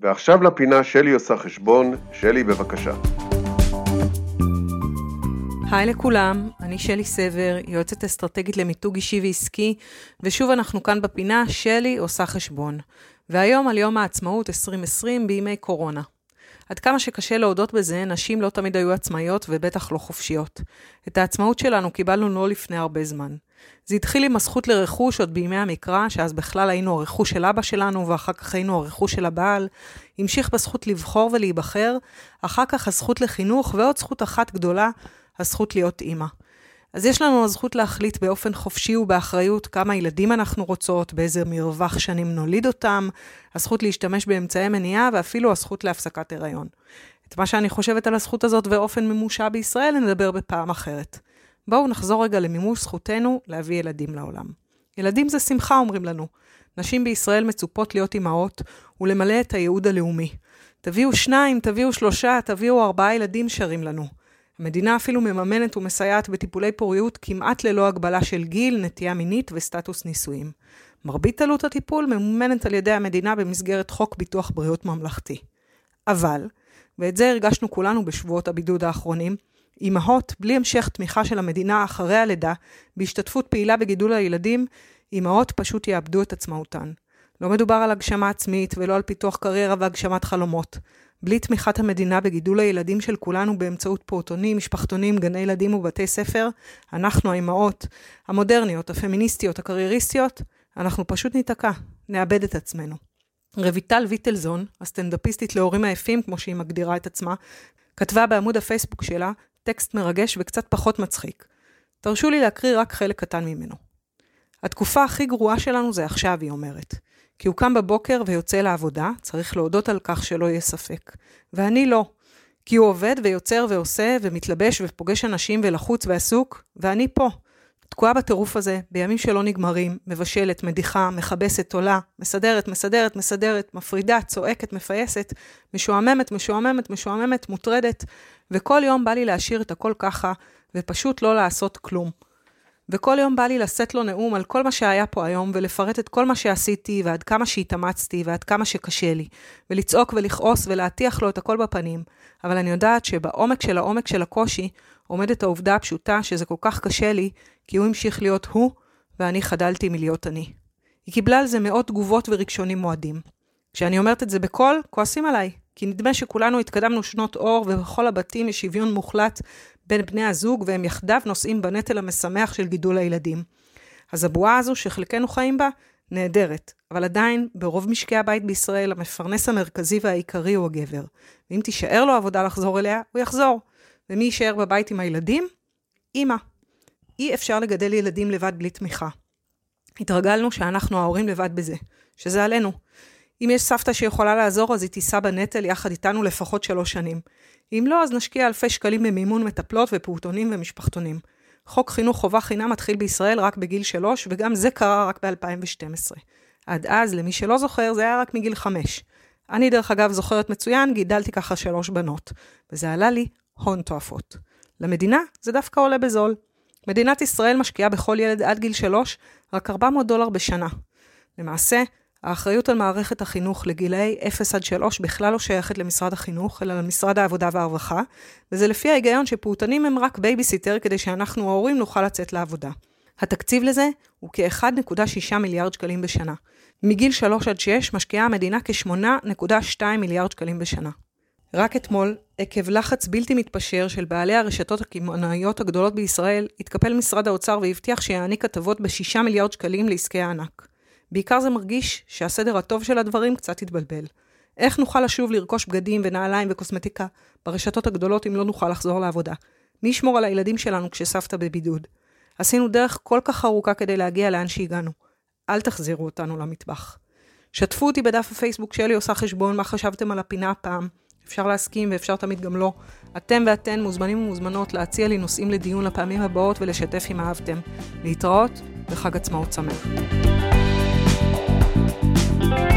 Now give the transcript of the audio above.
ועכשיו לפינה שלי עושה חשבון. שלי, בבקשה. היי לכולם, אני שלי סבר, יועצת אסטרטגית למיתוג אישי ועסקי, ושוב אנחנו כאן בפינה שלי עושה חשבון. והיום על יום העצמאות 2020 בימי קורונה. עד כמה שקשה להודות בזה, נשים לא תמיד היו עצמאיות ובטח לא חופשיות. את העצמאות שלנו קיבלנו לא לפני הרבה זמן. זה התחיל עם הזכות לרכוש עוד בימי המקרא, שאז בכלל היינו הרכוש של אבא שלנו, ואחר כך היינו הרכוש של הבעל. המשיך בזכות לבחור ולהיבחר, אחר כך הזכות לחינוך, ועוד זכות אחת גדולה, הזכות להיות אימא. אז יש לנו הזכות להחליט באופן חופשי ובאחריות כמה ילדים אנחנו רוצות, באיזה מרווח שנים נוליד אותם, הזכות להשתמש באמצעי מניעה, ואפילו הזכות להפסקת הריון. את מה שאני חושבת על הזכות הזאת ואופן מימושה בישראל, נדבר בפעם אחרת. בואו נחזור רגע למימוש זכותנו להביא ילדים לעולם. ילדים זה שמחה, אומרים לנו. נשים בישראל מצופות להיות אימהות ולמלא את הייעוד הלאומי. תביאו 2, תביאו 3, תביאו 4 ילדים שרים לנו. המדינה אפילו מממנת ומסייעת בטיפולי פוריות כמעט ללא הגבלה של גיל, נטייה מינית וסטטוס נישואים. מרבית עלות הטיפול ממומנת על ידי המדינה במסגרת חוק ביטוח בריאות ממלכתי. אבל, ואת זה הרגשנו כולנו בשבועות הבידוד האחרונים, אימהות בלי המשך תמיכה של המדינה אחרי הלידה, בהשתתפות פעילה בגידול הילדים, אימהות פשוט יאבדו את עצמאותן. לא מדובר על הגשמה עצמית ולא על פיתוח קריירה והגשמת חלומות. בלי תמיכת המדינה בגידול הילדים של כולנו באמצעות פעוטונים, משפחתונים, גני ילדים ובתי ספר, אנחנו האימהות, המודרניות, הפמיניסטיות, הקרייריסטיות, אנחנו פשוט ניתקע, נאבד את עצמנו. רויטל ויטלזון, הסטנדאפיסטית להורים היפים, כמו שהיא מגדירה את עצמה, כתבה בעמוד הפייסבוק שלה טקסט מרגש וקצת פחות מצחיק. תרשו לי להקריא רק חלק קטן ממנו. התקופה הכי גרועה שלנו זה עכשיו, היא אומרת. כי הוא קם בבוקר ויוצא לעבודה, צריך להודות על כך שלא יהיה ספק. ואני לא. כי הוא עובד ויוצר ועושה ומתלבש ופוגש אנשים ולחוץ ועסוק, ואני פה. תקועה בטירוף הזה, בימים שלא נגמרים, מבשלת, מדיחה, מחבסת, עולה, מסדרת, מפרידה, צועקת, מפייסת, משועממת, מוטרדת, וכל יום בא לי להשאיר את הכל ככה, ופשוט לא לעשות כלום. וכל יום בא לי לשאת לו נאום על כל מה שהיה פה היום, ולפרט את כל מה שעשיתי, ועד כמה שהתאמצתי, ועד כמה שקשה לי, ולצעוק ולכעוס ולהטיח לו את הכל בפנים. אבל אני יודעת שבעומק של הקושי, עומדת העובדה הפשוטה שזה כל כך קשה לי, כי הוא המשיך להיות הוא, ואני חדלתי מלהיות אני. היא קיבלה על זה מאות תגובות ורגשונים מועדים. כשאני אומרת את זה בקול, כועסים עליי, כי נדמה שכולנו התקדמנו שנות אור, ובכל הבתים יש שוויון מוחלט בין בני הזוג, והם יחדיו נושאים בנטל המשמח של גידול הילדים. אז הבועה הזו שחלקנו חיים בה, נהדרת, אבל עדיין ברוב משקי הבית בישראל, המפרנס המרכזי והעיקרי הוא הגבר. ואם תישאר לו עבודה לחזור אליה, הוא יחזור. ומי יישאר בבית עם הילדים? אמא. אי אפשר לגדל ילדים לבד בלי תמיכה. התרגלנו שאנחנו ההורים לבד בזה, שזה עלינו. אם יש סבתא שיכולה לעזור, אז היא תישא בנטל יחד איתנו לפחות 3 שנים. אם לא, אז נשקיע אלפי שקלים במימון מטפלות ופעוטונים ומשפחתונים. חוק חינוך חובה חינם מתחיל בישראל רק בגיל 3, וגם זה קרה רק ב-2012. עד אז, למי שלא זוכר, זה היה רק מגיל 5. אני דרך אגב זוכרת מצוין, גידלתי ככה 3 בנות, וזה עלה לי הון תועפות. למדינה זה דווקא עולה בזול. מדינת ישראל משקיעה בכל ילד עד גיל 3 רק $400 בשנה. למעשה, האחריות על מערכת החינוך לגילאי 0 עד 3 בכלל לא שייכת למשרד החינוך, אלא למשרד העבודה והרווחה, וזה לפי ההיגיון שפעוטנים הם רק בייביסיטר כדי שאנחנו ההורים נוכל לצאת לעבודה. התקציב לזה הוא כ-1.6 מיליארד שקלים בשנה. מגיל 3 עד 6 משקיעה המדינה כ-8.2 מיליארד שקלים בשנה. רק אתמול, עקב לחץ בלתי מתפשר של בעלי הרשתות הקמעונאיות הגדולות בישראל, התקפל משרד האוצר והבטיח שיעניק הטבות ב6 מיליארד שקלים לעסקי הענק. בעיקר זה מרגיש שהסדר הטוב של הדברים קצת התבלבל. איך נוכל לשוב לרכוש בגדים ונעליים וקוסמטיקה ברשתות הגדולות אם לא נוכל לחזור לעבודה? מי ישמור על הילדים שלנו כשסבתא בבידוד? עשינו דרך כל כך ארוכה כדי להגיע לאן שהגענו. אל תחזירו אותנו למטבח. שתפו אותי בדף הפייסבוק שלי עושה חשבון מה חשבתם על הפינה הפעם. אפשר להסכים ואפשר תמיד גם לא. אתם ואתן מוזמנים ומוזמנות להציע לי נושאים לדיון לפעמים הבאות ולשתף אם אהבתם. להתראות וחג עצמאות שמח.